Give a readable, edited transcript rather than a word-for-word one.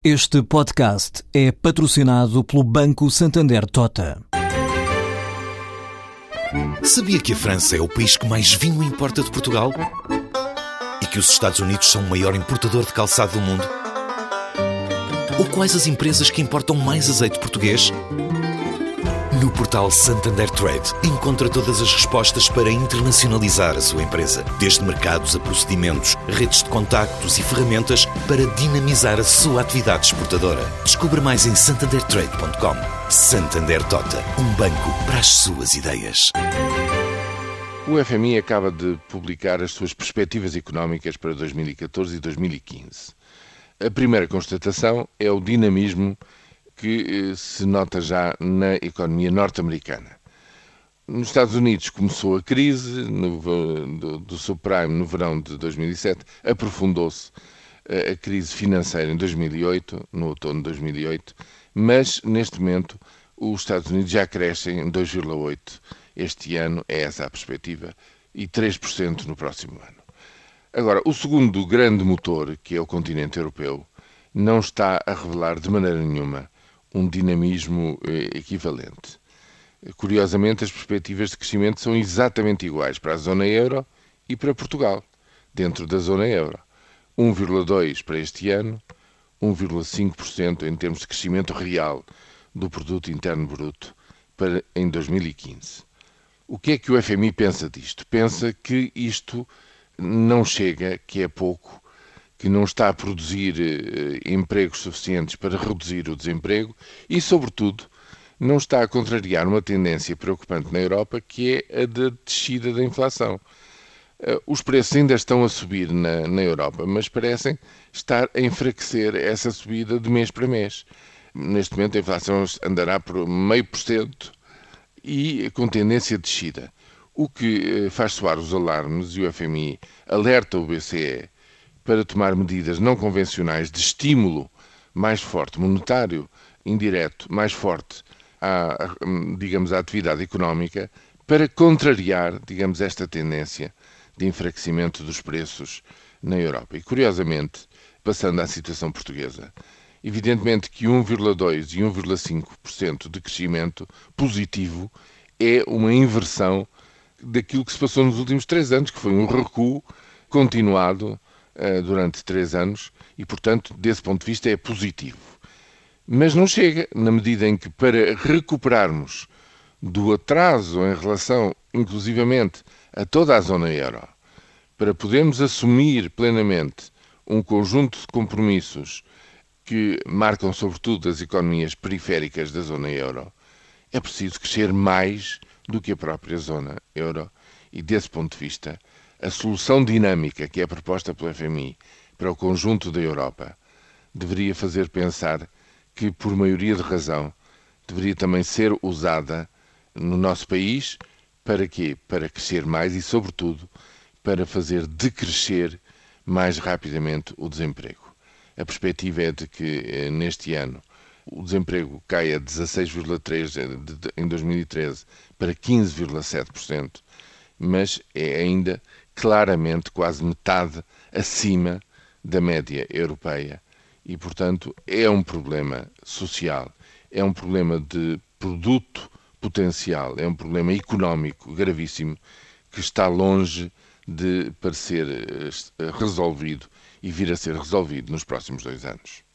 Este podcast é patrocinado pelo Banco Santander Tota. Sabia que a França é o país que mais vinho importa de Portugal? E que os Estados Unidos são o maior importador de calçado do mundo? Ou quais as empresas que importam mais azeite português? No portal Santander Trade, encontra todas as respostas para internacionalizar a sua empresa. Desde mercados a procedimentos, redes de contactos e ferramentas para dinamizar a sua atividade exportadora. Descubra mais em santandertrade.com. Santander Tota, um banco para as suas ideias. O FMI acaba de publicar as suas perspectivas económicas para 2014 e 2015. A primeira constatação é o dinamismo que se nota já na economia norte-americana. Nos Estados Unidos começou a crise do subprime no verão de 2007, aprofundou-se a crise financeira em 2008, no outono de 2008, mas neste momento os Estados Unidos já crescem em 2,8% este ano, é essa a perspectiva, e 3% no próximo ano. Agora, o segundo grande motor, que é o continente europeu, não está a revelar de maneira nenhuma um dinamismo equivalente. Curiosamente, as perspectivas de crescimento são exatamente iguais para a zona euro e para Portugal, dentro da zona euro. 1,2% para este ano, 1,5% em termos de crescimento real do produto interno bruto para em 2015. O que é que o FMI pensa disto? Pensa que isto não chega, que é pouco, que não está a produzir empregos suficientes para reduzir o desemprego e, sobretudo, não está a contrariar uma tendência preocupante na Europa, que é a da descida da inflação. Os preços ainda estão a subir na Europa, mas parecem estar a enfraquecer essa subida de mês para mês. Neste momento a inflação andará por 0,5% e com tendência de descida. O que faz soar os alarmes, e o FMI alerta o BCE para tomar medidas não convencionais de estímulo mais forte, monetário, indireto, mais forte à atividade económica, para contrariar, esta tendência de enfraquecimento dos preços na Europa. E, curiosamente, passando à situação portuguesa, evidentemente que 1,2% e 1,5% de crescimento positivo é uma inversão daquilo que se passou nos últimos 3 anos, que foi um recuo continuado durante 3 anos e, portanto, desse ponto de vista é positivo. Mas não chega, na medida em que, para recuperarmos do atraso em relação, inclusivamente, a toda a zona euro, para podermos assumir plenamente um conjunto de compromissos que marcam, sobretudo, as economias periféricas da zona euro, é preciso crescer mais do que a própria zona euro e, desse ponto de vista, a solução dinâmica que é proposta pelo FMI para o conjunto da Europa deveria fazer pensar que, por maioria de razão, deveria também ser usada no nosso país. Para quê? Para crescer mais e, sobretudo, para fazer decrescer mais rapidamente o desemprego. A perspectiva é de que, neste ano, o desemprego caia de 16,3% em 2013 para 15,7%, mas é ainda claramente quase metade acima da média europeia e, portanto, é um problema social, é um problema de produto potencial, é um problema económico gravíssimo que está longe de parecer resolvido e vir a ser resolvido nos próximos 2 anos.